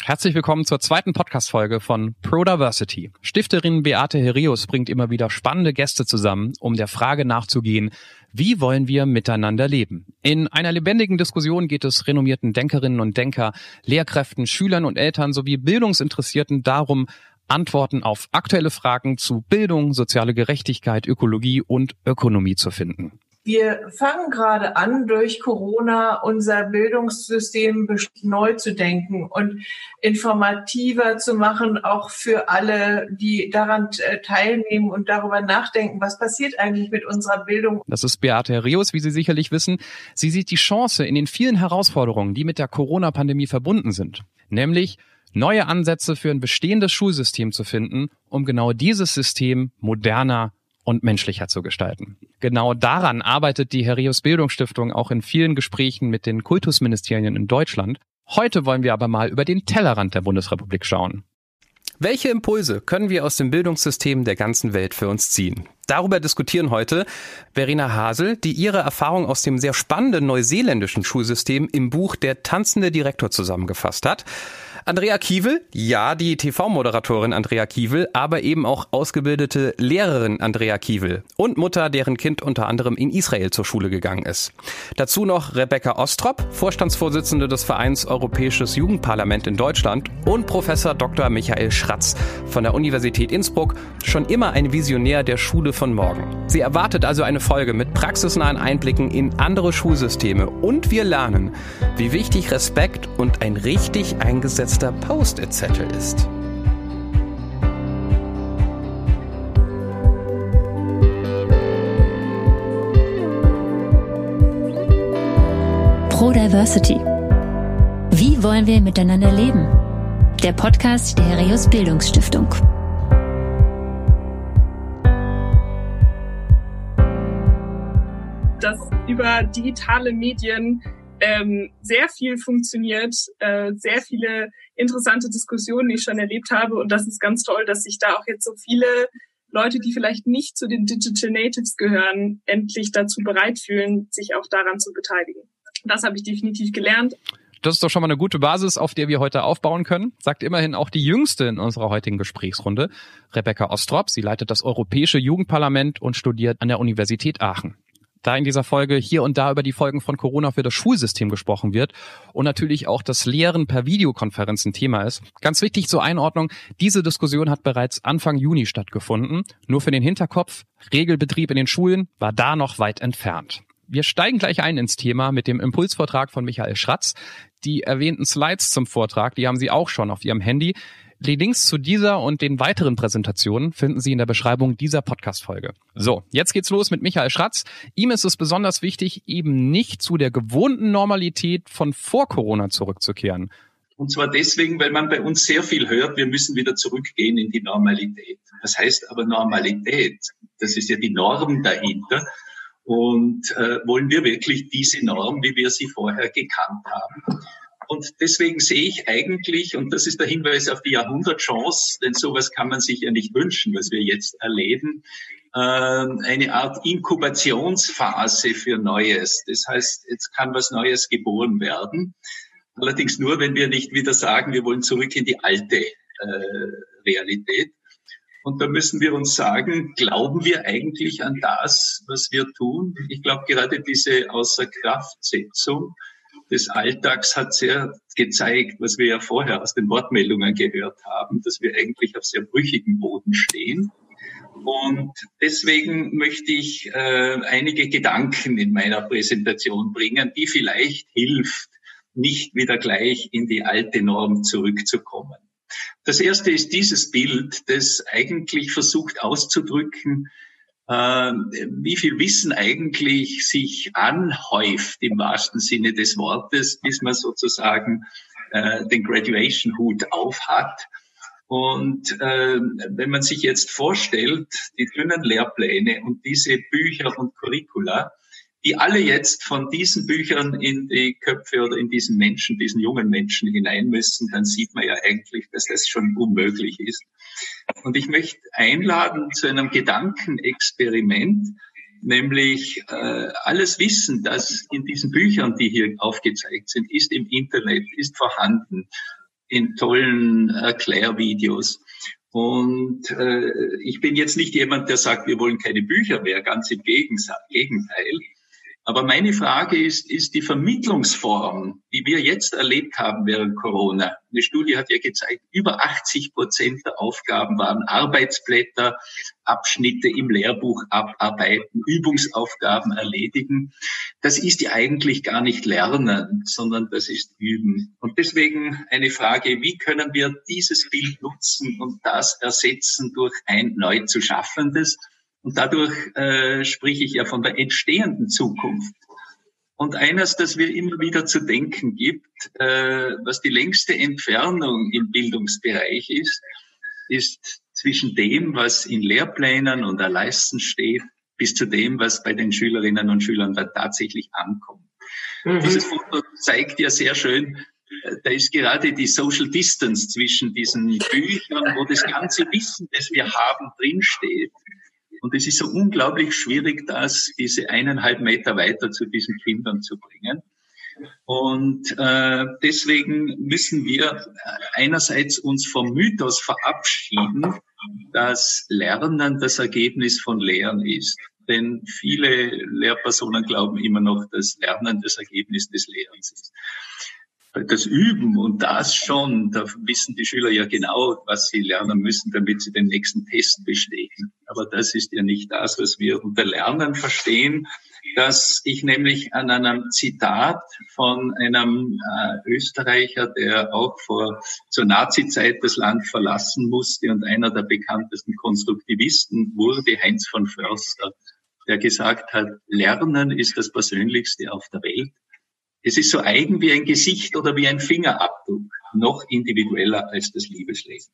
Herzlich willkommen zur zweiten Podcast-Folge von Pro-Diversity. Stifterin Beate Herius bringt immer wieder spannende Gäste zusammen, um der Frage nachzugehen, wie wollen wir miteinander leben? In einer lebendigen Diskussion geht es renommierten Denkerinnen und Denker, Lehrkräften, Schülern und Eltern sowie Bildungsinteressierten darum, Antworten auf aktuelle Fragen zu Bildung, soziale Gerechtigkeit, Ökologie und Ökonomie zu finden. Wir fangen gerade an, durch Corona unser Bildungssystem neu zu denken und informativer zu machen, auch für alle, die daran teilnehmen und darüber nachdenken, was passiert eigentlich mit unserer Bildung. Das ist Beate Herius, wie Sie sicherlich wissen. Sie sieht die Chance in den vielen Herausforderungen, die mit der Corona-Pandemie verbunden sind, nämlich neue Ansätze für ein bestehendes Schulsystem zu finden, um genau dieses System moderner und menschlicher zu gestalten. Genau daran arbeitet die Herius Bildungsstiftung auch in vielen Gesprächen mit den Kultusministerien in Deutschland. Heute wollen wir aber mal über den Tellerrand der Bundesrepublik schauen. Welche Impulse können wir aus dem Bildungssystem der ganzen Welt für uns ziehen? Darüber diskutieren heute Verena Hasel, die ihre Erfahrung aus dem sehr spannenden neuseeländischen Schulsystem im Buch Der tanzende Direktor zusammengefasst hat. Andrea Kiewel, ja, die TV-Moderatorin Andrea Kiewel, aber eben auch ausgebildete Lehrerin Andrea Kiewel und Mutter, deren Kind unter anderem in Israel zur Schule gegangen ist. Dazu noch Rebecca Ostrop, Vorstandsvorsitzende des Vereins Europäisches Jugendparlament in Deutschland und Professor Dr. Michael Schratz von der Universität Innsbruck, schon immer ein Visionär der Schule von morgen. Sie erwartet also eine Folge mit praxisnahen Einblicken in andere Schulsysteme und wir lernen, wie wichtig Respekt und ein richtig eingesetzter Post-it-Zettel ist. Pro-Diversity. Wie wollen wir miteinander leben? Der Podcast der Herius Bildungsstiftung. Dass über digitale Medien sehr viel funktioniert, sehr viele interessante Diskussionen, die ich schon erlebt habe. Und das ist ganz toll, dass sich da auch jetzt so viele Leute, die vielleicht nicht zu den Digital Natives gehören, endlich dazu bereit fühlen, sich auch daran zu beteiligen. Das habe ich definitiv gelernt. Das ist doch schon mal eine gute Basis, auf der wir heute aufbauen können, sagt immerhin auch die Jüngste in unserer heutigen Gesprächsrunde, Rebecca Ostrop. Sie leitet das Europäische Jugendparlament und studiert an der Universität Aachen. Da in dieser Folge hier und da über die Folgen von Corona für das Schulsystem gesprochen wird und natürlich auch das Lehren per Videokonferenz ein Thema ist. Ganz wichtig zur Einordnung, diese Diskussion hat bereits Anfang Juni stattgefunden. Nur für den Hinterkopf, Regelbetrieb in den Schulen war da noch weit entfernt. Wir steigen gleich ein ins Thema mit dem Impulsvortrag von Michael Schratz. Die erwähnten Slides zum Vortrag, die haben Sie auch schon auf Ihrem Handy. Die Links zu dieser und den weiteren Präsentationen finden Sie in der Beschreibung dieser Podcast-Folge. So, jetzt geht's los mit Michael Schratz. Ihm ist es besonders wichtig, eben nicht zu der gewohnten Normalität von vor Corona zurückzukehren. Und zwar deswegen, weil man bei uns sehr viel hört, wir müssen wieder zurückgehen in die Normalität. Das heißt aber Normalität, das ist ja die Norm dahinter. Und wollen wir wirklich diese Norm, wie wir sie vorher gekannt haben? Und deswegen sehe ich eigentlich, und das ist der Hinweis auf die Jahrhundertchance, denn sowas kann man sich ja nicht wünschen, was wir jetzt erleben, eine Art Inkubationsphase für Neues. Das heißt, jetzt kann was Neues geboren werden. Allerdings nur, wenn wir nicht wieder sagen, wir wollen zurück in die alte Realität. Und da müssen wir uns sagen, glauben wir eigentlich an das, was wir tun? Ich glaube, gerade diese Außerkraftsetzung des Alltags hat sehr gezeigt, was wir ja vorher aus den Wortmeldungen gehört haben, dass wir eigentlich auf sehr brüchigem Boden stehen. Und deswegen möchte ich einige Gedanken in meiner Präsentation bringen, die vielleicht hilft, nicht wieder gleich in die alte Norm zurückzukommen. Das erste ist dieses Bild, das eigentlich versucht auszudrücken, wie viel Wissen eigentlich sich anhäuft im wahrsten Sinne des Wortes, bis man sozusagen den Graduation-Hut aufhat. Und wenn man sich jetzt vorstellt, die dünnen Lehrpläne und diese Bücher und Curricula, die alle jetzt von diesen Büchern in die Köpfe oder in diesen Menschen, diesen jungen Menschen hinein müssen, dann sieht man ja eigentlich, dass das schon unmöglich ist. Und ich möchte einladen zu einem Gedankenexperiment, nämlich alles Wissen, das in diesen Büchern, die hier aufgezeigt sind, ist im Internet, ist vorhanden. in tollen Erklärvideos. Und ich bin jetzt nicht jemand, der sagt, wir wollen keine Bücher mehr, ganz im Gegenteil. Aber meine Frage ist die Vermittlungsform, die wir jetzt erlebt haben während Corona. Eine Studie hat ja gezeigt, über 80% der Aufgaben waren Arbeitsblätter, Abschnitte im Lehrbuch abarbeiten, Übungsaufgaben erledigen. Das ist ja eigentlich gar nicht Lernen, sondern das ist Üben. Und deswegen eine Frage, wie können wir dieses Bild nutzen und das ersetzen durch ein neu zu schaffendes? Und dadurch spreche ich ja von der entstehenden Zukunft. Und eines, das mir immer wieder zu denken gibt, was die längste Entfernung im Bildungsbereich ist zwischen dem, was in Lehrplänen und der Leisten steht, bis zu dem, was bei den Schülerinnen und Schülern da tatsächlich ankommt. Dieses Foto zeigt ja sehr schön, da ist gerade die Social Distance zwischen diesen Büchern, wo das ganze Wissen, das wir haben, drinsteht. Und es ist so unglaublich schwierig, diese 1,5 Meter weiter zu diesen Kindern zu bringen. Und deswegen müssen wir einerseits uns vom Mythos verabschieden, dass Lernen das Ergebnis von Lehren ist. Denn viele Lehrpersonen glauben immer noch, dass Lernen das Ergebnis des Lehrens ist. Das Üben und das schon, da wissen die Schüler ja genau, was sie lernen müssen, damit sie den nächsten Test bestehen. Aber das ist ja nicht das, was wir unter Lernen verstehen, dass ich nämlich an einem Zitat von einem Österreicher, der auch zur Nazizeit das Land verlassen musste und einer der bekanntesten Konstruktivisten wurde, Heinz von Förster, der gesagt hat, Lernen ist das Persönlichste auf der Welt. Es ist so eigen wie ein Gesicht oder wie ein Fingerabdruck, noch individueller als das Liebesleben.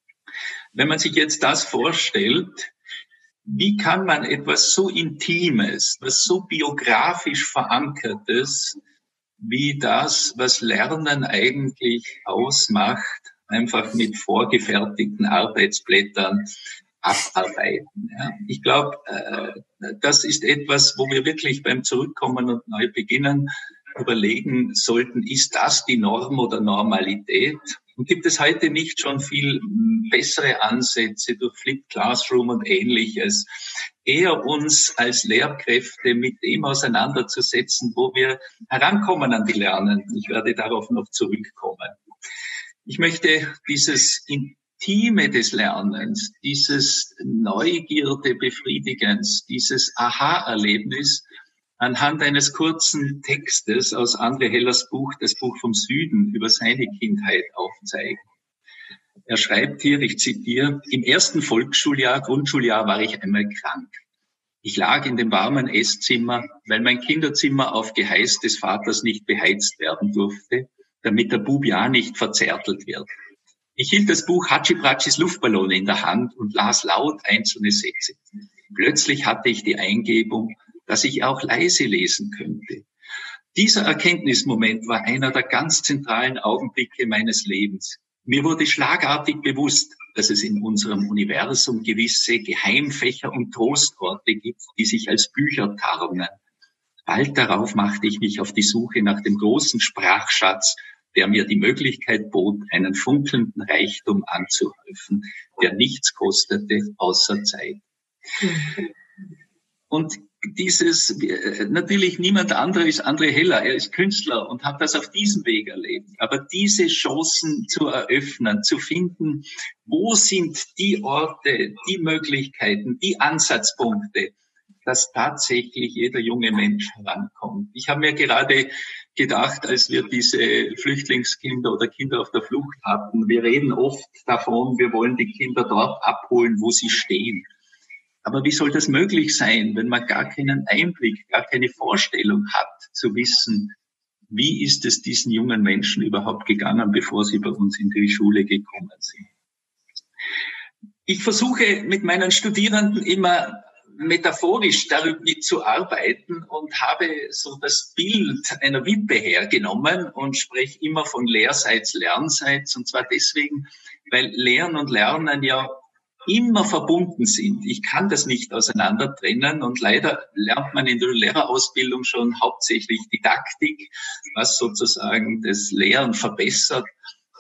Wenn man sich jetzt das vorstellt, wie kann man etwas so Intimes, was so biografisch Verankertes, wie das, was Lernen eigentlich ausmacht, einfach mit vorgefertigten Arbeitsblättern abarbeiten. Ja. Ich glaube, das ist etwas, wo wir wirklich beim Zurückkommen und neu beginnen überlegen sollten, ist das die Norm oder Normalität? Und gibt es heute nicht schon viel bessere Ansätze durch Flipped Classroom und Ähnliches, eher uns als Lehrkräfte mit dem auseinanderzusetzen, wo wir herankommen an die Lernenden? Ich werde darauf noch zurückkommen. Ich möchte dieses Intime des Lernens, dieses Neugierde Befriedigens, dieses Aha-Erlebnis anhand eines kurzen Textes aus André Hellers Buch, das Buch vom Süden, über seine Kindheit aufzeigen. Er schreibt hier, ich zitiere, im ersten Grundschuljahr war ich einmal krank. Ich lag in dem warmen Esszimmer, weil mein Kinderzimmer auf Geheiß des Vaters nicht beheizt werden durfte, damit der Bub ja nicht verzärtelt wird. Ich hielt das Buch Hatschi-Pratschis Luftballone in der Hand und las laut einzelne Sätze. Plötzlich hatte ich die Eingebung, dass ich auch leise lesen könnte. Dieser Erkenntnismoment war einer der ganz zentralen Augenblicke meines Lebens. Mir wurde schlagartig bewusst, dass es in unserem Universum gewisse Geheimfächer und Trostorte gibt, die sich als Bücher tarnen. Bald darauf machte ich mich auf die Suche nach dem großen Sprachschatz, der mir die Möglichkeit bot, einen funkelnden Reichtum anzuhäufen, der nichts kostete außer Zeit. Und natürlich niemand anderer ist André Heller, er ist Künstler und hat das auf diesem Weg erlebt. Aber diese Chancen zu eröffnen, zu finden, wo sind die Orte, die Möglichkeiten, die Ansatzpunkte, dass tatsächlich jeder junge Mensch herankommt. Ich habe mir gerade gedacht, als wir diese Flüchtlingskinder oder Kinder auf der Flucht hatten, wir reden oft davon, wir wollen die Kinder dort abholen, wo sie stehen. Aber wie soll das möglich sein, wenn man gar keinen Einblick, gar keine Vorstellung hat, zu wissen, wie ist es diesen jungen Menschen überhaupt gegangen, bevor sie bei uns in die Schule gekommen sind? Ich versuche mit meinen Studierenden immer metaphorisch darüber zu arbeiten und habe so das Bild einer Wippe hergenommen und spreche immer von Lehrseits, Lernseits. Und zwar deswegen, weil Lehren und Lernen ja immer verbunden sind. Ich kann das nicht auseinander trennen und leider lernt man in der Lehrerausbildung schon hauptsächlich Didaktik, was sozusagen das Lehren verbessert.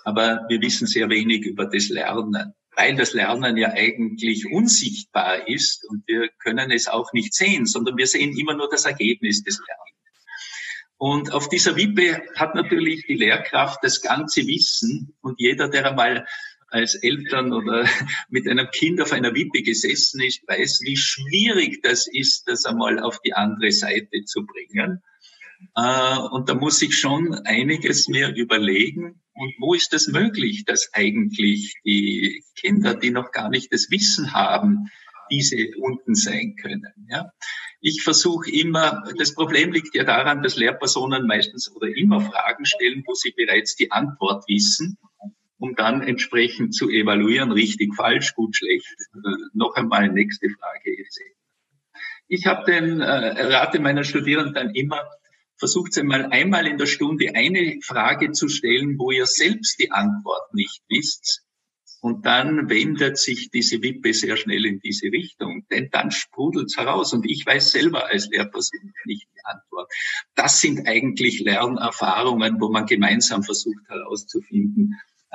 aber wir wissen sehr wenig über das Lernen, weil das Lernen ja eigentlich unsichtbar ist und wir können es auch nicht sehen, sondern wir sehen immer nur das Ergebnis des Lernens. Und auf dieser Wippe hat natürlich die Lehrkraft das ganze Wissen und jeder, der einmal als Eltern oder mit einem Kind auf einer Wippe gesessen ist, weiß, wie schwierig das ist, das einmal auf die andere Seite zu bringen. Und da muss ich schon einiges mehr überlegen. Und wo ist das möglich, dass eigentlich die Kinder, die noch gar nicht das Wissen haben, diese unten sein können? Ja? Ich versuche immer, das Problem liegt ja daran, dass Lehrpersonen meistens oder immer Fragen stellen, wo sie bereits die Antwort wissen, um dann entsprechend zu evaluieren, richtig, falsch, gut, schlecht. Noch einmal nächste Frage. Ich rate meinen Studierenden immer, versucht einmal in der Stunde eine Frage zu stellen, wo ihr selbst die Antwort nicht wisst. Und dann wendet sich diese Wippe sehr schnell in diese Richtung. Denn dann sprudelt's heraus. Und ich weiß selber als Lehrperson nicht die Antwort. Das sind eigentlich Lernerfahrungen, wo man gemeinsam versucht herauszufinden,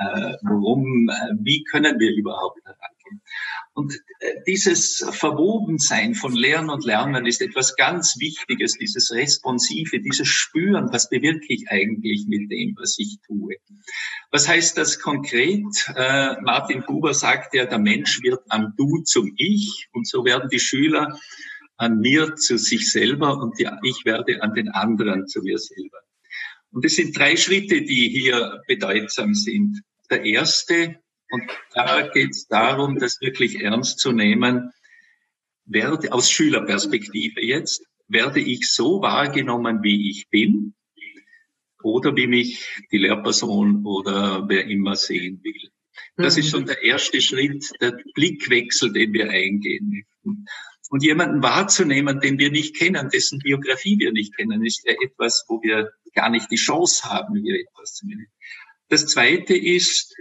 wie können wir überhaupt herangehen. Und dieses Verwobensein von Lernen und Lernen ist etwas ganz Wichtiges, dieses Responsive, dieses Spüren, was bewirke ich eigentlich mit dem, was ich tue. Was heißt das konkret? Martin Buber sagt ja, der Mensch wird am Du zum Ich und so werden die Schüler an mir zu sich selber und ich werde an den anderen zu mir selber. Und es sind 3 Schritte, die hier bedeutsam sind. Der erste, und da geht es darum, das wirklich ernst zu nehmen, aus Schülerperspektive jetzt, werde ich so wahrgenommen, wie ich bin, oder wie mich die Lehrperson oder wer immer sehen will. Das ist schon der erste Schritt, der Blickwechsel, den wir eingehen möchten. Und jemanden wahrzunehmen, den wir nicht kennen, dessen Biografie wir nicht kennen, ist ja etwas, wo wir gar nicht die Chance haben, hier etwas zu nehmen. Das zweite ist,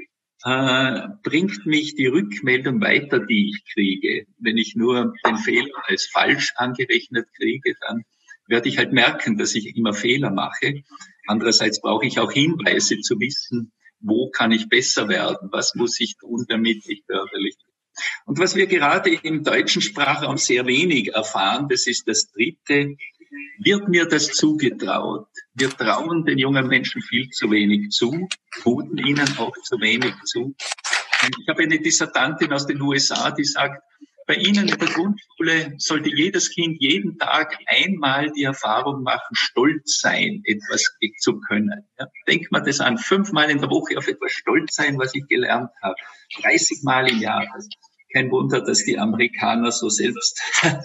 bringt mich die Rückmeldung weiter, die ich kriege. Wenn ich nur den Fehler als falsch angerechnet kriege, dann werde ich halt merken, dass ich immer Fehler mache. Andererseits brauche ich auch Hinweise zu wissen, wo kann ich besser werden, was muss ich tun, damit ich förderlich bin. Und was wir gerade im deutschen Sprachraum sehr wenig erfahren, das ist das dritte, wird mir das zugetraut? Wir trauen den jungen Menschen viel zu wenig zu, tun ihnen auch zu wenig zu. Und ich habe eine Dissertantin aus den USA, die sagt, bei Ihnen in der Grundschule sollte jedes Kind jeden Tag einmal die Erfahrung machen, stolz sein, etwas zu können. Ja, denkt man das an, 5-mal in der Woche auf etwas stolz sein, was ich gelernt habe, 30-mal im Jahr. Kein Wunder, dass die Amerikaner so selbst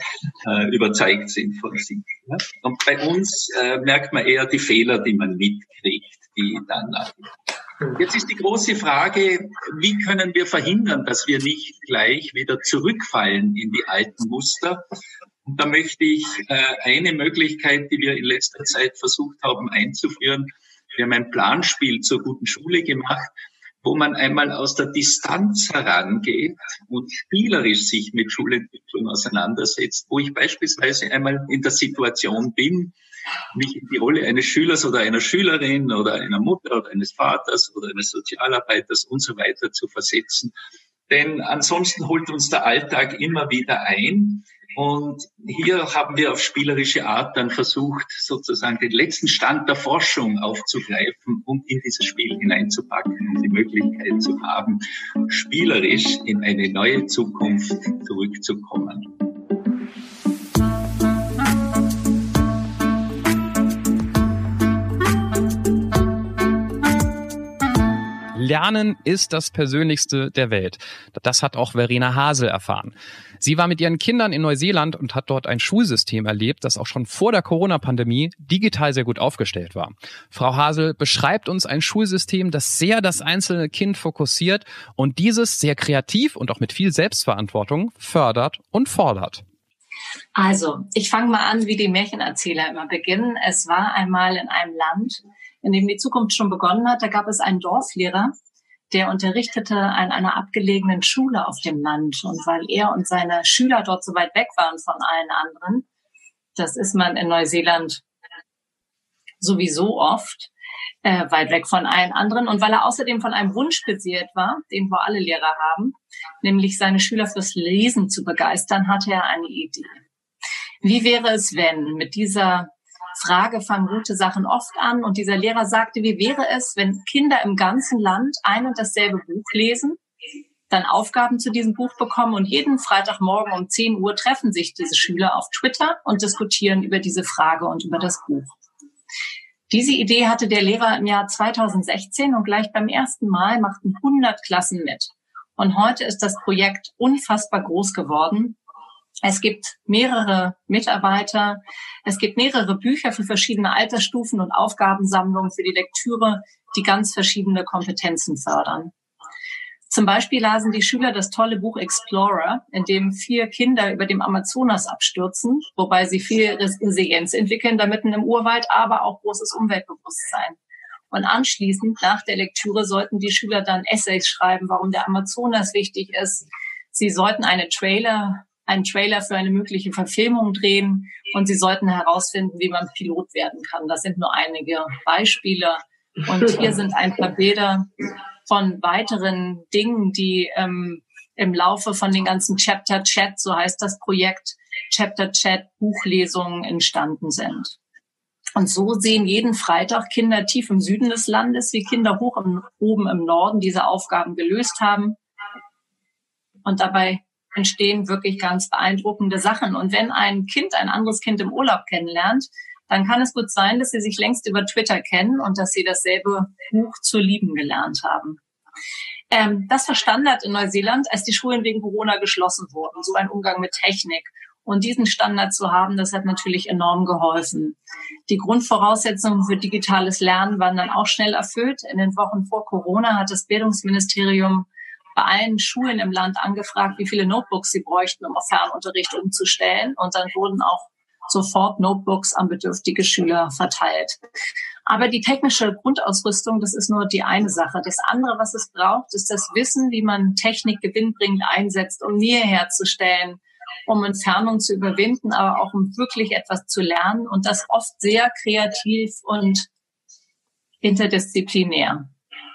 überzeugt sind von sich. Ja? Und bei uns merkt man eher die Fehler, die man mitkriegt, die dann Jetzt ist die große Frage, wie können wir verhindern, dass wir nicht gleich wieder zurückfallen in die alten Muster? Und da möchte ich eine Möglichkeit, die wir in letzter Zeit versucht haben einzuführen, wir haben ein Planspiel zur guten Schule gemacht, wo man einmal aus der Distanz herangeht und spielerisch sich mit Schulentwicklung auseinandersetzt, wo ich beispielsweise einmal in der Situation bin, mich in die Rolle eines Schülers oder einer Schülerin oder einer Mutter oder eines Vaters oder eines Sozialarbeiters und so weiter zu versetzen. Denn ansonsten holt uns der Alltag immer wieder ein. Und hier haben wir auf spielerische Art dann versucht, sozusagen den letzten Stand der Forschung aufzugreifen und in dieses Spiel hineinzupacken, um die Möglichkeit zu haben, spielerisch in eine neue Zukunft zurückzukommen. Lernen ist das Persönlichste der Welt. Das hat auch Verena Hasel erfahren. Sie war mit ihren Kindern in Neuseeland und hat dort ein Schulsystem erlebt, das auch schon vor der Corona-Pandemie digital sehr gut aufgestellt war. Frau Hasel beschreibt uns ein Schulsystem, das sehr das einzelne Kind fokussiert und dieses sehr kreativ und auch mit viel Selbstverantwortung fördert und fordert. Also, ich fange mal an, wie die Märchenerzähler immer beginnen. Es war einmal in einem Land, in dem die Zukunft schon begonnen hat. Da gab es einen Dorflehrer, der unterrichtete an einer abgelegenen Schule auf dem Land. Und weil er und seine Schüler dort so weit weg waren von allen anderen, das ist man in Neuseeland sowieso oft, weit weg von allen anderen. Und weil er außerdem von einem Wunsch beseelt war, den wir alle Lehrer haben, nämlich seine Schüler fürs Lesen zu begeistern, hatte er eine Idee. Wie wäre es, wenn mit dieser Frage fangen gute Sachen oft an und dieser Lehrer sagte, wie wäre es, wenn Kinder im ganzen Land ein und dasselbe Buch lesen, dann Aufgaben zu diesem Buch bekommen und jeden Freitagmorgen um 10 Uhr treffen sich diese Schüler auf Twitter und diskutieren über diese Frage und über das Buch. Diese Idee hatte der Lehrer im Jahr 2016 und gleich beim ersten Mal machten 100 Klassen mit. Und heute ist das Projekt unfassbar groß geworden. Es gibt mehrere Mitarbeiter, es gibt mehrere Bücher für verschiedene Altersstufen und Aufgabensammlungen für die Lektüre, die ganz verschiedene Kompetenzen fördern. Zum Beispiel lasen die Schüler das tolle Buch Explorer, in dem 4 Kinder über dem Amazonas abstürzen, wobei sie viel Resilienz entwickeln, da mitten im Urwald, aber auch großes Umweltbewusstsein. Und anschließend, nach der Lektüre, sollten die Schüler dann Essays schreiben, warum der Amazonas wichtig ist. Sie sollten einen Trailer für eine mögliche Verfilmung drehen und sie sollten herausfinden, wie man Pilot werden kann. Das sind nur einige Beispiele. Und hier sind ein paar Bilder von weiteren Dingen, die im Laufe von den ganzen Chapter Chat, so heißt das Projekt, Chapter Chat Buchlesungen entstanden sind. Und so sehen jeden Freitag Kinder tief im Süden des Landes, wie Kinder oben im Norden diese Aufgaben gelöst haben. Und dabei entstehen wirklich ganz beeindruckende Sachen. Und wenn ein anderes Kind im Urlaub kennenlernt, dann kann es gut sein, dass sie sich längst über Twitter kennen und dass sie dasselbe Buch zu lieben gelernt haben. Das war Standard in Neuseeland, als die Schulen wegen Corona geschlossen wurden, so ein Umgang mit Technik. Und diesen Standard zu haben, das hat natürlich enorm geholfen. Die Grundvoraussetzungen für digitales Lernen waren dann auch schnell erfüllt. In den Wochen vor Corona hat das Bildungsministerium bei allen Schulen im Land angefragt, wie viele Notebooks sie bräuchten, um auf Fernunterricht umzustellen. Und dann wurden auch sofort Notebooks an bedürftige Schüler verteilt. Aber die technische Grundausrüstung, das ist nur die eine Sache. Das andere, was es braucht, ist das Wissen, wie man Technik gewinnbringend einsetzt, um Nähe herzustellen, um Entfernung zu überwinden, aber auch um wirklich etwas zu lernen und das oft sehr kreativ und interdisziplinär.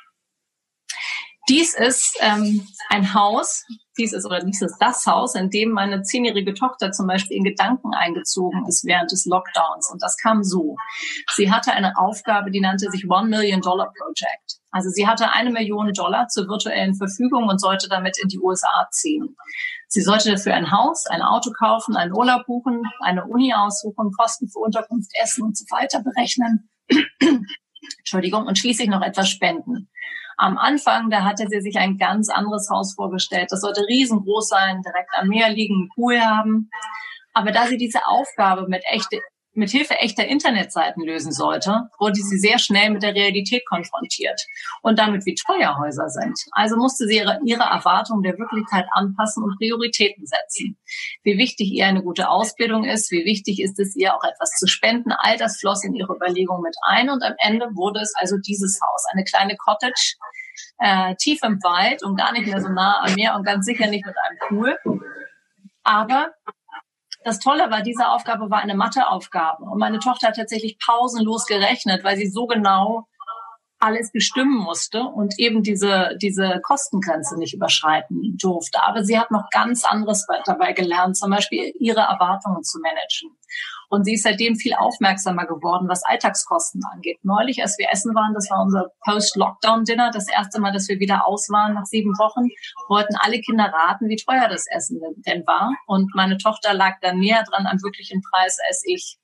Dies ist ein Haus, dies ist das Haus, in dem meine 10-jährige Tochter zum Beispiel in Gedanken eingezogen ist während des Lockdowns. Und das kam so. Sie hatte eine Aufgabe, die nannte sich $1 Million Project. Also sie hatte $1 Million zur virtuellen Verfügung und sollte damit in die USA ziehen. Sie sollte dafür ein Haus, ein Auto kaufen, einen Urlaub buchen, eine Uni aussuchen, Kosten für Unterkunft, Essen und so weiter berechnen. Entschuldigung, und schließlich noch etwas spenden. Am Anfang, da hatte sie sich ein ganz anderes Haus vorgestellt. Das sollte riesengroß sein, direkt am Meer liegen, einen Pool haben. Aber da sie diese Aufgabe mit Hilfe echter Internetseiten lösen sollte, wurde sie sehr schnell mit der Realität konfrontiert und damit, wie teuer Häuser sind. Also musste sie ihre Erwartungen der Wirklichkeit anpassen und Prioritäten setzen. Wie wichtig ihr eine gute Ausbildung ist, wie wichtig ist es ihr auch etwas zu spenden, all das floss in ihre Überlegungen mit ein und am Ende wurde es also dieses Haus, eine kleine Cottage, tief im Wald und gar nicht mehr so nah am Meer und ganz sicher nicht mit einem Pool. Aber das Tolle war, diese Aufgabe war eine Matheaufgabe. Und meine Tochter hat tatsächlich pausenlos gerechnet, weil sie so genau alles bestimmen musste und eben diese Kostengrenze nicht überschreiten durfte. Aber sie hat noch ganz anderes dabei gelernt, zum Beispiel ihre Erwartungen zu managen. Und sie ist seitdem viel aufmerksamer geworden, was Alltagskosten angeht. Neulich, als wir essen waren, das war unser Post-Lockdown-Dinner, das erste Mal, dass wir wieder aus waren nach 7 Wochen, wollten alle Kinder raten, wie teuer das Essen denn war. Und meine Tochter lag da näher dran am wirklichen Preis als ich.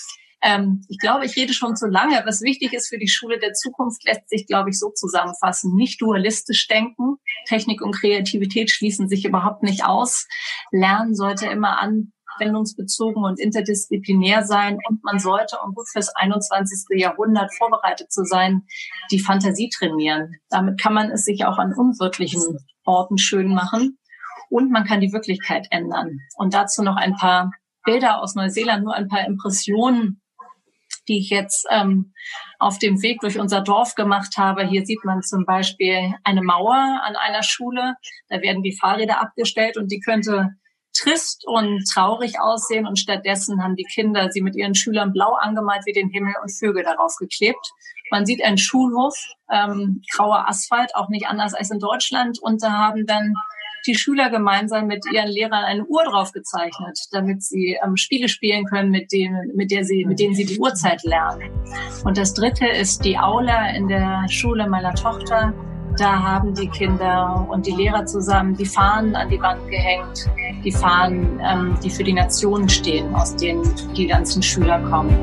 Ich glaube, ich rede schon zu lange. Was wichtig ist für die Schule der Zukunft, lässt sich, glaube ich, so zusammenfassen. Nicht dualistisch denken. Technik und Kreativität schließen sich überhaupt nicht aus. Lernen sollte immer anwendungsbezogen und interdisziplinär sein. Und man sollte, um gut fürs 21. Jahrhundert vorbereitet zu sein, die Fantasie trainieren. Damit kann man es sich auch an unwirtlichen Orten schön machen. Und man kann die Wirklichkeit ändern. Und dazu noch ein paar Bilder aus Neuseeland, nur ein paar Impressionen, die ich jetzt auf dem Weg durch unser Dorf gemacht habe. Hier sieht man zum Beispiel eine Mauer an einer Schule. Da werden die Fahrräder abgestellt und die könnte trist und traurig aussehen und stattdessen haben die Kinder sie mit ihren Schülern blau angemalt wie den Himmel und Vögel darauf geklebt. Man sieht einen Schulhof, grauer Asphalt, auch nicht anders als in Deutschland, und da haben dann die Schüler gemeinsam mit ihren Lehrern eine Uhr drauf gezeichnet, damit sie Spiele spielen können, mit denen sie die Uhrzeit lernen. Und das Dritte ist die Aula in der Schule meiner Tochter. Da haben die Kinder und die Lehrer zusammen die Fahnen an die Wand gehängt, die Fahnen, die für die Nationen stehen, aus denen die ganzen Schüler kommen.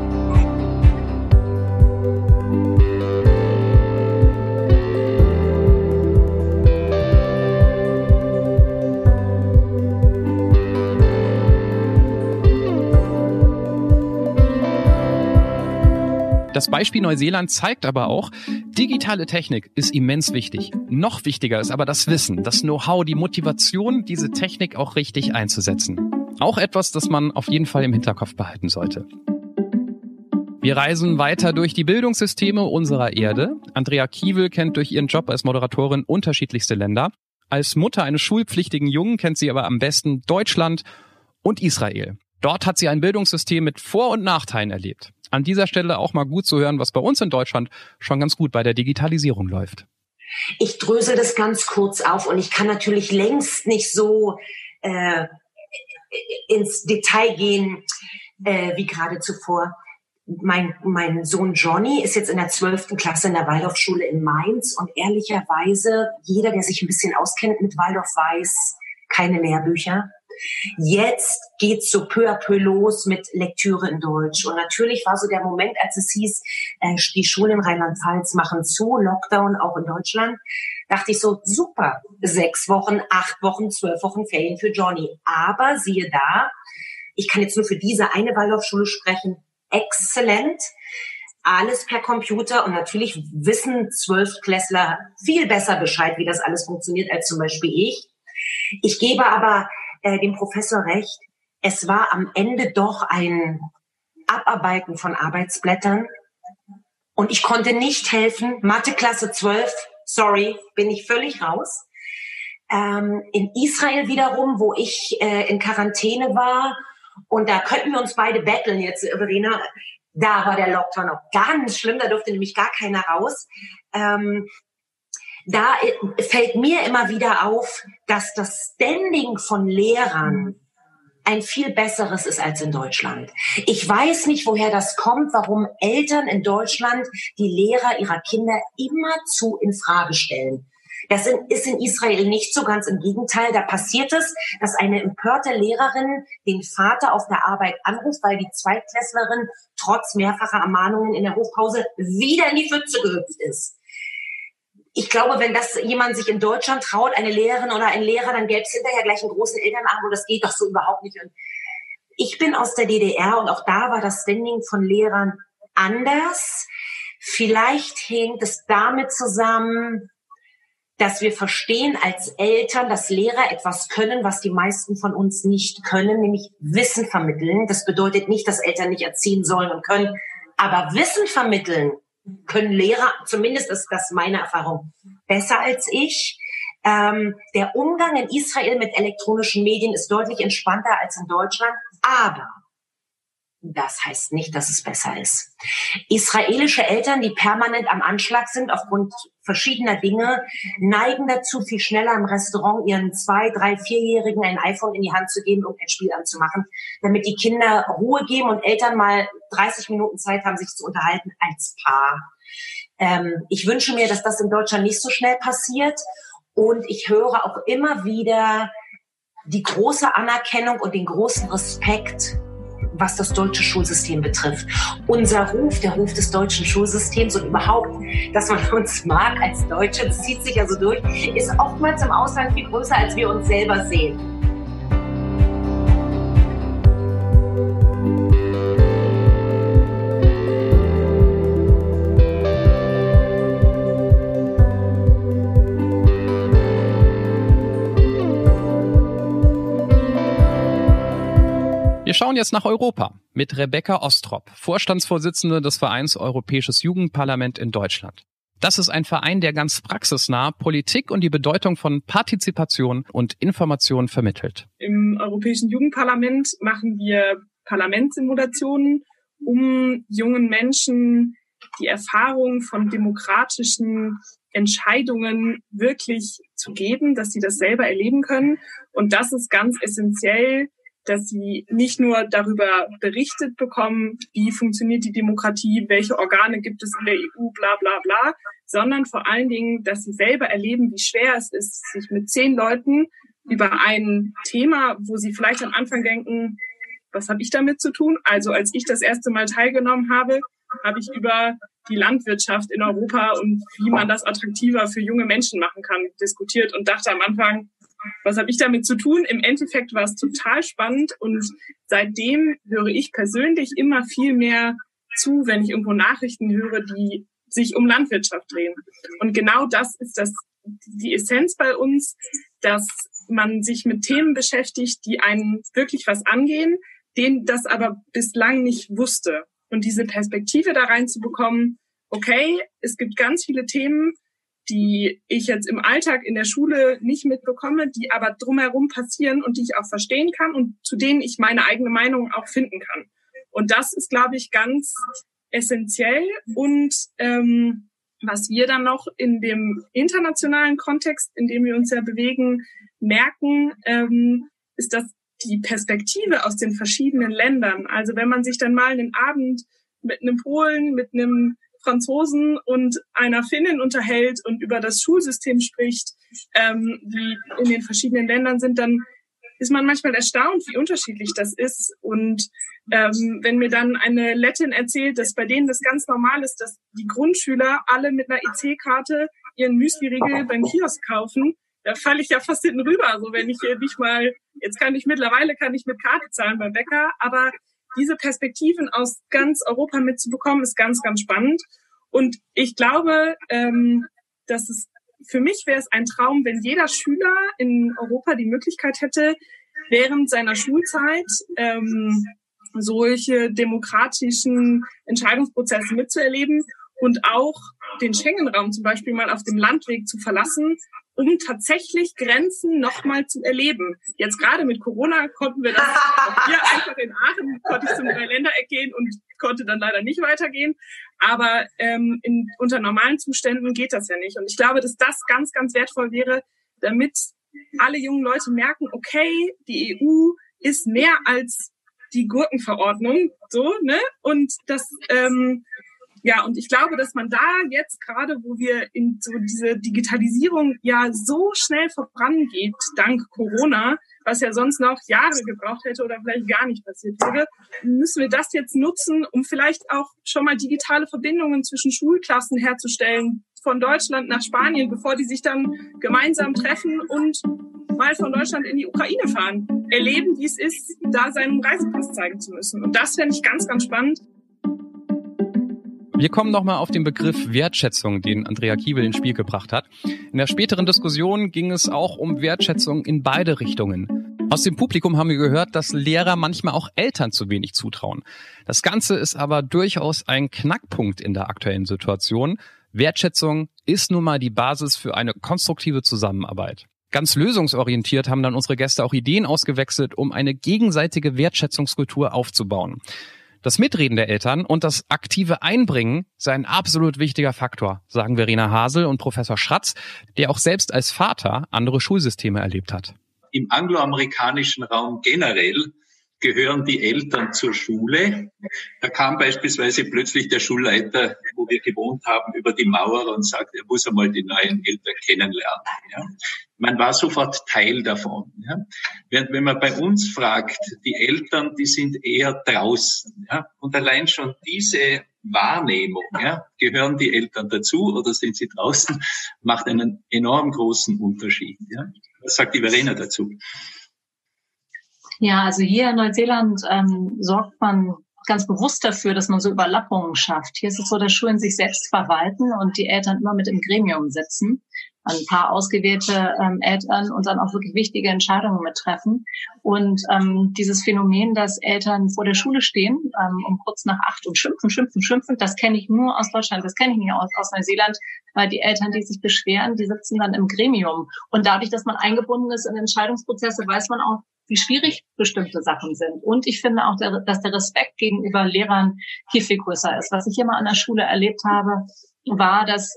Das Beispiel Neuseeland zeigt aber auch, digitale Technik ist immens wichtig. Noch wichtiger ist aber das Wissen, das Know-how, die Motivation, diese Technik auch richtig einzusetzen. Auch etwas, das man auf jeden Fall im Hinterkopf behalten sollte. Wir reisen weiter durch die Bildungssysteme unserer Erde. Andrea Kiewel kennt durch ihren Job als Moderatorin unterschiedlichste Länder. Als Mutter eines schulpflichtigen Jungen kennt sie aber am besten Deutschland und Israel. Dort hat sie ein Bildungssystem mit Vor- und Nachteilen erlebt. An dieser Stelle auch mal gut zu hören, was bei uns in Deutschland schon ganz gut bei der Digitalisierung läuft. Ich drösel das ganz kurz auf und ich kann natürlich längst nicht so ins Detail gehen wie gerade zuvor. Mein Sohn Johnny ist jetzt in der 12. Klasse in der Waldorfschule in Mainz und ehrlicherweise, jeder, der sich ein bisschen auskennt mit Waldorf, weiß, keine Lehrbücher. Jetzt geht's so peu à peu los mit Lektüre in Deutsch. Und natürlich war so der Moment, als es hieß, die Schulen in Rheinland-Pfalz machen zu, Lockdown auch in Deutschland, dachte ich so, super, 6 Wochen, 8 Wochen, 12 Wochen Ferien für Johnny. Aber siehe da, ich kann jetzt nur für diese eine Waldorfschule sprechen, exzellent, alles per Computer und natürlich wissen 12-Klässler viel besser Bescheid, wie das alles funktioniert, als zum Beispiel ich. Ich gebe aber dem Professor recht, es war am Ende doch ein Abarbeiten von Arbeitsblättern und ich konnte nicht helfen. Mathe Klasse 12, sorry, bin ich völlig raus. In Israel wiederum, wo ich in Quarantäne war und da könnten wir uns beide betteln jetzt, Verena, da war der Lockdown auch ganz schlimm, da durfte nämlich gar keiner raus. Da fällt mir immer wieder auf, dass das Standing von Lehrern ein viel besseres ist als in Deutschland. Ich weiß nicht, woher das kommt, warum Eltern in Deutschland die Lehrer ihrer Kinder immerzu in Frage stellen. Das ist in Israel nicht so, ganz im Gegenteil. Da passiert es, dass eine empörte Lehrerin den Vater auf der Arbeit anruft, weil die Zweitklässlerin trotz mehrfacher Ermahnungen in der Hofpause wieder in die Pfütze gehüpft ist. Ich glaube, wenn das jemand sich in Deutschland traut, eine Lehrerin oder ein Lehrer, dann gäbe es hinterher gleich einen großen Elternabend, das geht doch so überhaupt nicht. Und ich bin aus der DDR und auch da war das Standing von Lehrern anders. Vielleicht hängt es damit zusammen, dass wir verstehen als Eltern, dass Lehrer etwas können, was die meisten von uns nicht können, nämlich Wissen vermitteln. Das bedeutet nicht, dass Eltern nicht erziehen sollen und können, aber Wissen vermitteln können Lehrer, zumindest ist das meine Erfahrung, besser als ich. Der Umgang in Israel mit elektronischen Medien ist deutlich entspannter als in Deutschland, aber das heißt nicht, dass es besser ist. Israelische Eltern, die permanent am Anschlag sind aufgrund verschiedener Dinge, neigen dazu, viel schneller im Restaurant ihren 2-, 3-, 4-Jährigen ein iPhone in die Hand zu geben und ein Spiel anzumachen, damit die Kinder Ruhe geben und Eltern mal 30 Minuten Zeit haben, sich zu unterhalten als Paar. Ich wünsche mir, dass das in Deutschland nicht so schnell passiert und ich höre auch immer wieder die große Anerkennung und den großen Respekt, was das deutsche Schulsystem betrifft. Unser Ruf, der Ruf des deutschen Schulsystems und überhaupt, dass man uns mag als Deutsche, das zieht sich ja so durch, ist oftmals im Ausland viel größer, als wir uns selber sehen. Wir schauen jetzt nach Europa mit Rebecca Ostrop, Vorstandsvorsitzende des Vereins Europäisches Jugendparlament in Deutschland. Das ist ein Verein, der ganz praxisnah Politik und die Bedeutung von Partizipation und Information vermittelt. Im Europäischen Jugendparlament machen wir Parlamentssimulationen, um jungen Menschen die Erfahrung von demokratischen Entscheidungen wirklich zu geben, dass sie das selber erleben können. Und das ist ganz essentiell, dass sie nicht nur darüber berichtet bekommen, wie funktioniert die Demokratie, welche Organe gibt es in der EU, bla bla bla, sondern vor allen Dingen, dass sie selber erleben, wie schwer es ist, sich mit 10 Leuten über ein Thema, wo sie vielleicht am Anfang denken, was habe ich damit zu tun? Also als ich das erste Mal teilgenommen habe, habe ich über die Landwirtschaft in Europa und wie man das attraktiver für junge Menschen machen kann, diskutiert und dachte am Anfang, was habe ich damit zu tun? Im Endeffekt war es total spannend und seitdem höre ich persönlich immer viel mehr zu, wenn ich irgendwo Nachrichten höre, die sich um Landwirtschaft drehen. Und genau das ist die Essenz bei uns, dass man sich mit Themen beschäftigt, die einen wirklich was angehen, denen das aber bislang nicht wusste. Und diese Perspektive da reinzubekommen, okay, es gibt ganz viele Themen, die ich jetzt im Alltag in der Schule nicht mitbekomme, die aber drumherum passieren und die ich auch verstehen kann und zu denen ich meine eigene Meinung auch finden kann. Und das ist, glaube ich, ganz essentiell. Und was wir dann noch in dem internationalen Kontext, in dem wir uns ja bewegen, merken, ist, dass die Perspektive aus den verschiedenen Ländern, also wenn man sich dann mal einen Abend mit einem Polen, mit einem Franzosen und einer Finnin unterhält und über das Schulsystem spricht, die in den verschiedenen Ländern sind, dann ist man manchmal erstaunt, wie unterschiedlich das ist. Und wenn mir dann eine Lettin erzählt, dass bei denen das ganz normal ist, dass die Grundschüler alle mit einer EC-Karte ihren Müsli-Riegel beim Kiosk kaufen, da falle ich ja fast hinten rüber. Also wenn ich nicht mal, mittlerweile kann ich mit Karte zahlen beim Bäcker, aber diese Perspektiven aus ganz Europa mitzubekommen, ist ganz, ganz spannend. Und ich glaube, für mich wäre es ein Traum, wenn jeder Schüler in Europa die Möglichkeit hätte, während seiner Schulzeit solche demokratischen Entscheidungsprozesse mitzuerleben und auch den Schengen-Raum zum Beispiel mal auf dem Landweg zu verlassen, um tatsächlich Grenzen nochmal zu erleben. Jetzt gerade mit Corona konnten wir das auch hier einfach in Aachen, konnte ich zum Dreiländereck gehen und konnte dann leider nicht weitergehen. Aber unter normalen Zuständen geht das ja nicht. Und ich glaube, dass das ganz, ganz wertvoll wäre, damit alle jungen Leute merken, okay, die EU ist mehr als die Gurkenverordnung, so, ne? Und das, und ich glaube, dass man da jetzt gerade, wo wir in so diese Digitalisierung ja so schnell vorangeht, dank Corona, was ja sonst noch Jahre gebraucht hätte oder vielleicht gar nicht passiert wäre, müssen wir das jetzt nutzen, um vielleicht auch schon mal digitale Verbindungen zwischen Schulklassen herzustellen, von Deutschland nach Spanien, bevor die sich dann gemeinsam treffen und mal von Deutschland in die Ukraine fahren, erleben, wie es ist, da seinen Reisepass zeigen zu müssen. Und das fände ich ganz, ganz spannend. Wir kommen nochmal auf den Begriff Wertschätzung, den Andrea Kiewel ins Spiel gebracht hat. In der späteren Diskussion ging es auch um Wertschätzung in beide Richtungen. Aus dem Publikum haben wir gehört, dass Lehrer manchmal auch Eltern zu wenig zutrauen. Das Ganze ist aber durchaus ein Knackpunkt in der aktuellen Situation. Wertschätzung ist nun mal die Basis für eine konstruktive Zusammenarbeit. Ganz lösungsorientiert haben dann unsere Gäste auch Ideen ausgewechselt, um eine gegenseitige Wertschätzungskultur aufzubauen. Das Mitreden der Eltern und das aktive Einbringen sei ein absolut wichtiger Faktor, sagen Verena Hasel und Professor Schratz, der auch selbst als Vater andere Schulsysteme erlebt hat. Im angloamerikanischen Raum generell gehören die Eltern zur Schule. Da kam beispielsweise plötzlich der Schulleiter, wo wir gewohnt haben, über die Mauer und sagt, er muss einmal die neuen Eltern kennenlernen. Ja. Man war sofort Teil davon. Ja. Während wenn man bei uns fragt, die Eltern, die sind eher draußen. Ja. Und allein schon diese Wahrnehmung, ja, gehören die Eltern dazu oder sind sie draußen, macht einen enorm großen Unterschied. Ja. Was sagt die Verena dazu? Ja, also hier in Neuseeland sorgt man ganz bewusst dafür, dass man so Überlappungen schafft. Hier ist es so, dass Schulen sich selbst verwalten und die Eltern immer mit im Gremium sitzen. ein paar ausgewählte Eltern und dann auch wirklich wichtige Entscheidungen mittreffen. Und dieses Phänomen, dass Eltern vor der Schule stehen, um kurz nach 8 und schimpfen, das kenne ich nur aus Deutschland, das kenne ich nicht aus Neuseeland, weil die Eltern, die sich beschweren, die sitzen dann im Gremium. Und dadurch, dass man eingebunden ist in Entscheidungsprozesse, weiß man auch, wie schwierig bestimmte Sachen sind. Und ich finde auch, dass der Respekt gegenüber Lehrern viel, viel größer ist. Was ich immer an der Schule erlebt habe, war, dass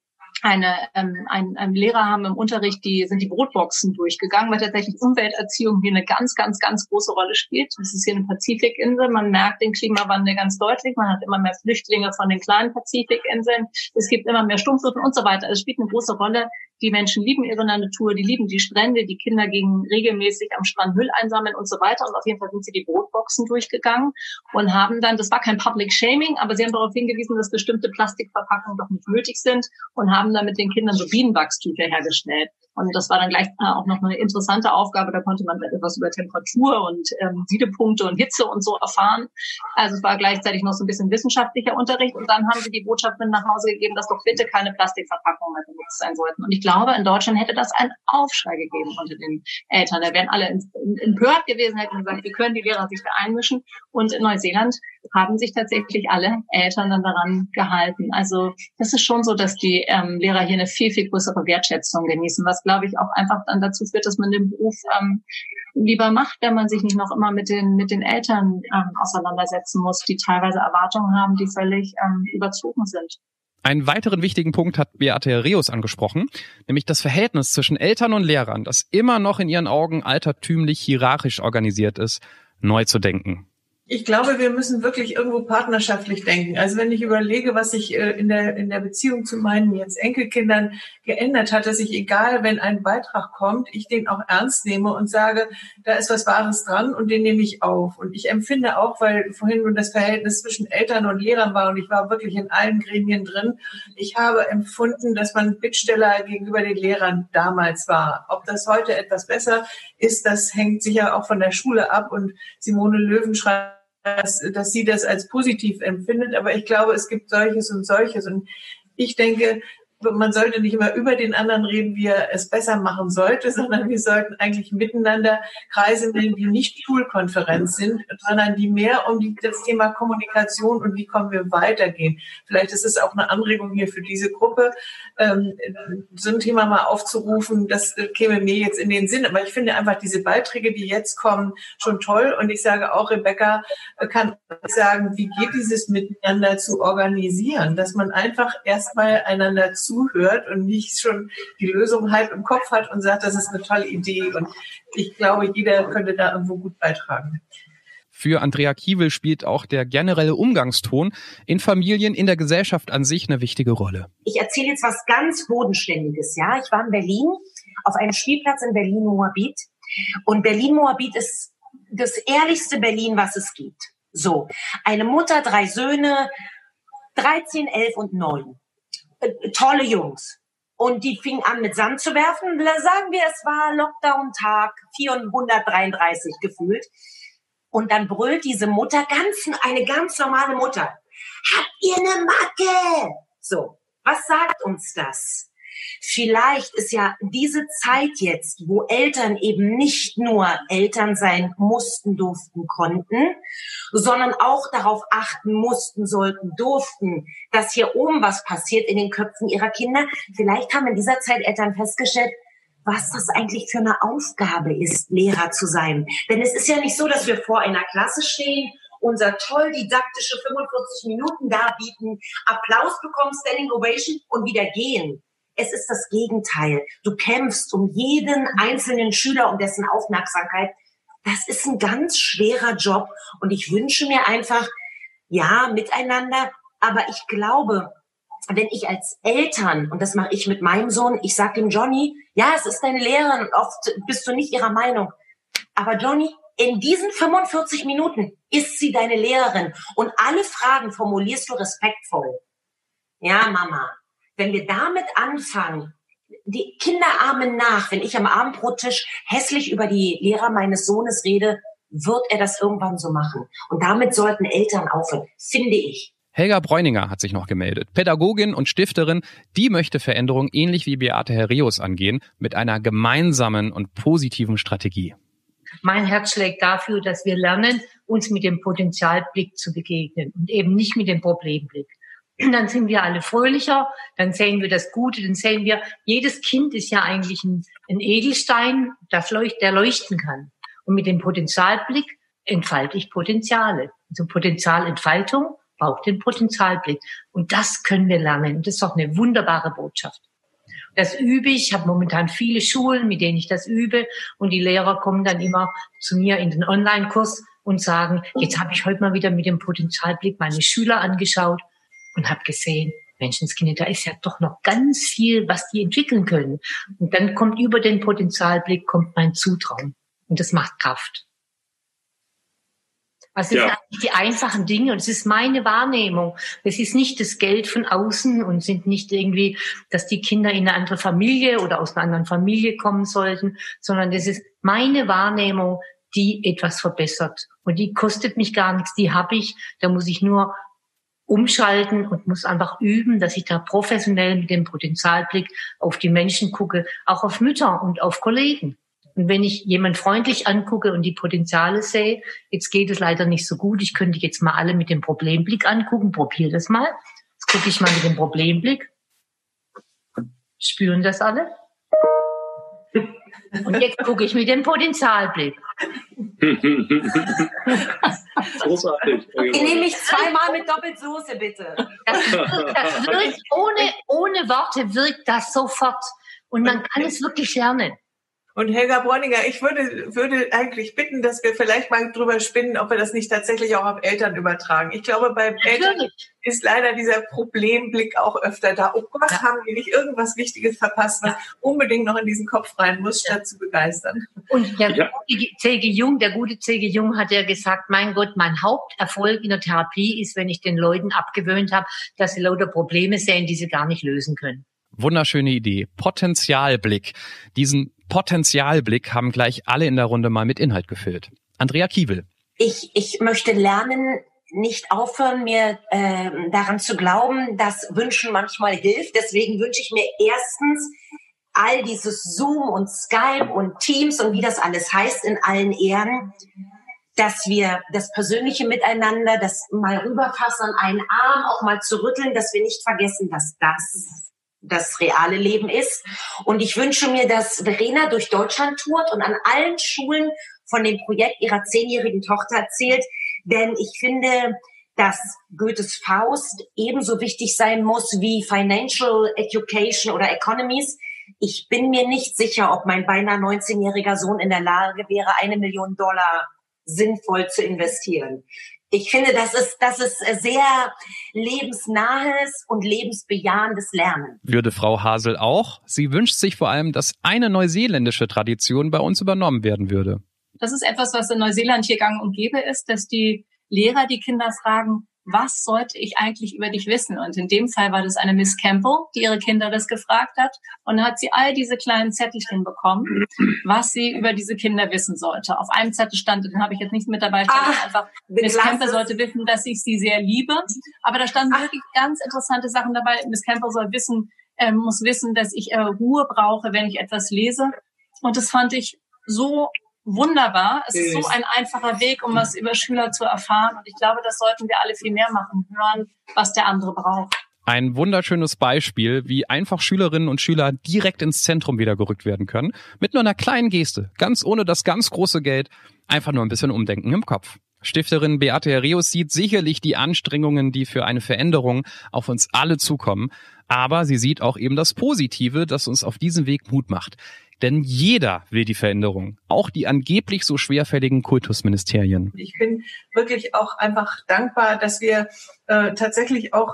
ein Lehrer haben im Unterricht, sind die Brotboxen durchgegangen, weil tatsächlich Umwelterziehung hier eine ganz, ganz, ganz große Rolle spielt. Das ist hier eine Pazifikinsel. Man merkt den Klimawandel ganz deutlich. Man hat immer mehr Flüchtlinge von den kleinen Pazifikinseln. Es gibt immer mehr Stumpfsuchten und so weiter. Es spielt eine große Rolle. Die Menschen lieben ihre Natur, die lieben die Strände, die Kinder gehen regelmäßig am Strand Müll einsammeln und so weiter. Und auf jeden Fall sind sie die Brotboxen durchgegangen und haben dann, das war kein Public Shaming, aber sie haben darauf hingewiesen, dass bestimmte Plastikverpackungen doch nicht nötig sind und haben dann mit den Kindern so Bienenwachstücher hergestellt. Und das war dann gleich auch noch eine interessante Aufgabe. Da konnte man etwas über Temperatur und Siedepunkte und Hitze und so erfahren. Also es war gleichzeitig noch so ein bisschen wissenschaftlicher Unterricht. Und dann haben sie die Botschaft mit nach Hause gegeben, dass doch bitte keine Plastikverpackungen mehr benutzt sein sollten. Und ich glaube, in Deutschland hätte das einen Aufschrei gegeben unter den Eltern. Da wären alle empört gewesen, hätten gesagt, wie können die Lehrer sich da einmischen. Und in Neuseeland haben sich tatsächlich alle Eltern dann daran gehalten. Also das ist schon so, dass die Lehrer hier eine viel, viel größere Wertschätzung genießen, was, glaube ich, auch einfach dann dazu führt, dass man den Beruf lieber macht, wenn man sich nicht noch immer mit den Eltern auseinandersetzen muss, die teilweise Erwartungen haben, die völlig überzogen sind. Einen weiteren wichtigen Punkt hat Beate Reus angesprochen, nämlich das Verhältnis zwischen Eltern und Lehrern, das immer noch in ihren Augen altertümlich hierarchisch organisiert ist, neu zu denken. Ich glaube, wir müssen wirklich irgendwo partnerschaftlich denken. Also wenn ich überlege, was sich in der Beziehung zu meinen jetzt Enkelkindern geändert hat, dass ich, egal, wenn ein Beitrag kommt, ich den auch ernst nehme und sage, da ist was Wahres dran und den nehme ich auf. Und ich empfinde auch, weil vorhin nun das Verhältnis zwischen Eltern und Lehrern war und ich war wirklich in allen Gremien drin, ich habe empfunden, dass man Bittsteller gegenüber den Lehrern damals war. Ob das heute etwas besser ist, das hängt sicher auch von der Schule ab. Und Simone Löwen schreibt, dass sie das als positiv empfindet. Aber ich glaube, es gibt solches und solches. Und ich denke, man sollte nicht immer über den anderen reden, wie er es besser machen sollte, sondern wir sollten eigentlich miteinander Kreise bilden, die nicht Schulkonferenz sind, sondern die mehr um das Thema Kommunikation und wie kommen wir weitergehen. Vielleicht ist es auch eine Anregung hier für diese Gruppe, so ein Thema mal aufzurufen. Das käme mir jetzt in den Sinn. Aber ich finde einfach diese Beiträge, die jetzt kommen, schon toll. Und ich sage auch, Rebecca kann sagen, wie geht dieses Miteinander zu organisieren, dass man einfach erstmal einander zuhört und nicht schon die Lösung halb im Kopf hat und sagt, das ist eine tolle Idee. Und ich glaube, jeder könnte da irgendwo gut beitragen. Für Andrea Kiewel spielt auch der generelle Umgangston in Familien, in der Gesellschaft an sich eine wichtige Rolle. Ich erzähle jetzt was ganz Bodenständiges. Ja, ich war in Berlin auf einem Spielplatz in Berlin-Moabit. Und Berlin-Moabit ist das ehrlichste Berlin, was es gibt. So, eine Mutter, 3 Söhne, 13, 11 und 9. Tolle Jungs. Und die fingen an mit Sand zu werfen. Sagen wir, es war Lockdown-Tag 433 gefühlt. Und dann brüllt diese Mutter, eine ganz normale Mutter. Habt ihr eine Macke? So, was sagt uns das? Vielleicht ist ja diese Zeit jetzt, wo Eltern eben nicht nur Eltern sein mussten, durften, konnten, sondern auch darauf achten mussten, sollten, durften, dass hier oben was passiert in den Köpfen ihrer Kinder. Vielleicht haben in dieser Zeit Eltern festgestellt, was das eigentlich für eine Aufgabe ist, Lehrer zu sein. Denn es ist ja nicht so, dass wir vor einer Klasse stehen, unser toll didaktische 45 Minuten darbieten, Applaus bekommen, Standing Ovation und wieder gehen. Es ist das Gegenteil. Du kämpfst um jeden einzelnen Schüler, um dessen Aufmerksamkeit. Das ist ein ganz schwerer Job. Und ich wünsche mir einfach, ja, miteinander. Aber ich glaube, wenn ich als Eltern, und das mache ich mit meinem Sohn, ich sage dem Johnny, ja, es ist deine Lehrerin und oft bist du nicht ihrer Meinung. Aber Johnny, in diesen 45 Minuten ist sie deine Lehrerin. Und alle Fragen formulierst du respektvoll. Ja, Mama. Wenn wir damit anfangen, die Kinder ahmen nach, wenn ich am Abendbrottisch hässlich über die Lehrer meines Sohnes rede, wird er das irgendwann so machen. Und damit sollten Eltern aufhören, finde ich. Helga Bräuninger hat sich noch gemeldet. Pädagogin und Stifterin, die möchte Veränderung ähnlich wie Beate Herreus angehen, mit einer gemeinsamen und positiven Strategie. Mein Herz schlägt dafür, dass wir lernen, uns mit dem Potenzialblick zu begegnen und eben nicht mit dem Problemblick. Dann sind wir alle fröhlicher, dann sehen wir das Gute, dann sehen wir, jedes Kind ist ja eigentlich ein Edelstein, der leuchten kann. Und mit dem Potenzialblick entfalte ich Potenziale. Also Potenzialentfaltung braucht den Potenzialblick. Und das können wir lernen. Und das ist doch eine wunderbare Botschaft. Das übe ich. Ich habe momentan viele Schulen, mit denen ich das übe. Und die Lehrer kommen dann immer zu mir in den Online-Kurs und sagen, jetzt habe ich heute mal wieder mit dem Potenzialblick meine Schüler angeschaut und habe gesehen, Menschenskinder, da ist ja doch noch ganz viel, was die entwickeln können. Und dann kommt über den Potenzialblick kommt mein Zutrauen. Und das macht Kraft. Also das sind eigentlich die einfachen Dinge und es ist meine Wahrnehmung. Es ist nicht das Geld von außen und sind nicht irgendwie, dass die Kinder in eine andere Familie oder aus einer anderen Familie kommen sollten, sondern das ist meine Wahrnehmung, die etwas verbessert. Und die kostet mich gar nichts, die habe ich. Da muss ich nur umschalten und muss einfach üben, dass ich da professionell mit dem Potenzialblick auf die Menschen gucke, auch auf Mütter und auf Kollegen. Und wenn ich jemand freundlich angucke und die Potenziale sehe, jetzt geht es leider nicht so gut, ich könnte jetzt mal alle mit dem Problemblick angucken, probier das mal. Jetzt gucke ich mal mit dem Problemblick. Spüren das alle? Und jetzt gucke ich mit dem Potenzialblick. Großartig. Ich nehme mich zweimal mit Doppelsoße, bitte. Das wirkt, ohne Worte wirkt das sofort. Und man kann es wirklich lernen. Und Helga Bräuninger, ich würde eigentlich bitten, dass wir vielleicht mal drüber spinnen, ob wir das nicht tatsächlich auch auf Eltern übertragen. Ich glaube, bei Eltern ist leider dieser Problemblick auch öfter da. Oh Gott, haben wir nicht irgendwas Wichtiges verpasst, was unbedingt noch in diesen Kopf rein muss, statt zu begeistern. Und der gute C.G. Jung hat ja gesagt, mein Gott, mein Haupterfolg in der Therapie ist, wenn ich den Leuten abgewöhnt habe, dass sie lauter Probleme sehen, die sie gar nicht lösen können. Wunderschöne Idee. Potenzialblick. Diesen Potenzialblick haben gleich alle in der Runde mal mit Inhalt gefüllt. Andrea Kiewel. Ich möchte lernen, nicht aufhören, mir daran zu glauben, dass Wünschen manchmal hilft. Deswegen wünsche ich mir erstens all dieses Zoom und Skype und Teams und wie das alles heißt in allen Ehren, dass wir das persönliche Miteinander, das mal rüberfassen, einen Arm auch mal zu rütteln, dass wir nicht vergessen, dass das reale Leben ist. Und ich wünsche mir, dass Verena durch Deutschland tourt und an allen Schulen von dem Projekt ihrer 10-jährigen Tochter erzählt. Denn ich finde, dass Goethes Faust ebenso wichtig sein muss wie Financial Education oder Economies. Ich bin mir nicht sicher, ob mein beinahe 19-jähriger Sohn in der Lage wäre, $1 Million sinnvoll zu investieren. Ich finde, das ist sehr lebensnahes und lebensbejahendes Lernen. Würde Frau Hasel auch? Sie wünscht sich vor allem, dass eine neuseeländische Tradition bei uns übernommen werden würde. Das ist etwas, was in Neuseeland hier gang und gäbe ist, dass die Lehrer die Kinder fragen, was sollte ich eigentlich über dich wissen? Und in dem Fall war das eine Miss Campbell, die ihre Kinder das gefragt hat. Und dann hat sie all diese kleinen Zettelchen bekommen, was sie über diese Kinder wissen sollte. Auf einem Zettel stand, den habe ich jetzt nicht mit dabei, stand einfach, Miss Campbell sollte wissen, dass ich sie sehr liebe. Aber da standen wirklich ganz interessante Sachen dabei. Miss Campbell muss wissen, dass ich Ruhe brauche, wenn ich etwas lese. Und das fand ich so wunderbar. Es ist so ein einfacher Weg, um was über Schüler zu erfahren. Und ich glaube, das sollten wir alle viel mehr machen, hören, was der andere braucht. Ein wunderschönes Beispiel, wie einfach Schülerinnen und Schüler direkt ins Zentrum wieder gerückt werden können. Mit nur einer kleinen Geste, ganz ohne das ganz große Geld, einfach nur ein bisschen Umdenken im Kopf. Stifterin Beate Herreus sieht sicherlich die Anstrengungen, die für eine Veränderung auf uns alle zukommen. Aber sie sieht auch eben das Positive, das uns auf diesem Weg Mut macht. Denn jeder will die Veränderung, auch die angeblich so schwerfälligen Kultusministerien. Ich bin wirklich auch einfach dankbar, dass wir tatsächlich auch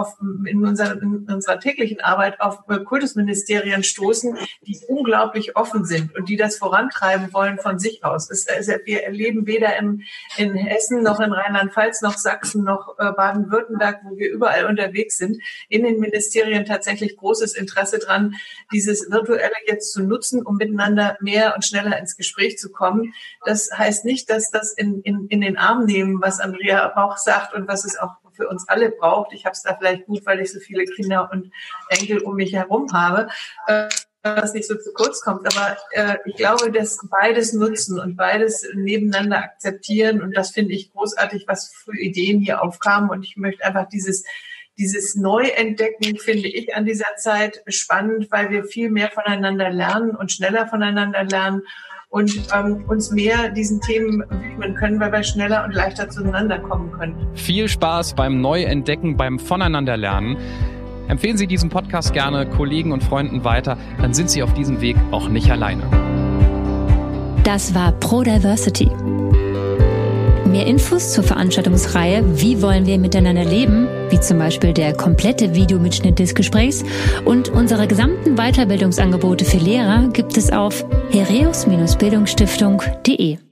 in unserer täglichen Arbeit auf Kultusministerien stoßen, die unglaublich offen sind und die das vorantreiben wollen von sich aus. Wir erleben weder in Hessen noch in Rheinland-Pfalz noch Sachsen noch Baden-Württemberg, wo wir überall unterwegs sind, in den Ministerien tatsächlich großes Interesse dran, dieses Virtuelle jetzt zu nutzen, um miteinander mehr und schneller ins Gespräch zu kommen. Das heißt nicht, dass das in den Arm nehmen, was Andrea Rauch sagt und was es auch für uns alle braucht. Ich habe es da vielleicht gut, weil ich so viele Kinder und Enkel um mich herum habe, was nicht so zu kurz kommt. Aber ich glaube, dass beides nutzen und beides nebeneinander akzeptieren. Und das finde ich großartig, was für Ideen hier aufkamen. Und ich möchte einfach dieses Neuentdecken, finde ich an dieser Zeit spannend, weil wir viel mehr voneinander lernen und schneller voneinander lernen und uns mehr diesen Themen widmen können, weil wir schneller und leichter zueinander kommen können. Viel Spaß beim Neuentdecken, beim Voneinanderlernen. Empfehlen Sie diesen Podcast gerne Kollegen und Freunden weiter, dann sind Sie auf diesem Weg auch nicht alleine. Das war ProDiversity. Mehr Infos zur Veranstaltungsreihe Wie wollen wir miteinander leben, wie zum Beispiel der komplette Videomitschnitt des Gesprächs und unsere gesamten Weiterbildungsangebote für Lehrer gibt es auf heräus-bildungsstiftung.de.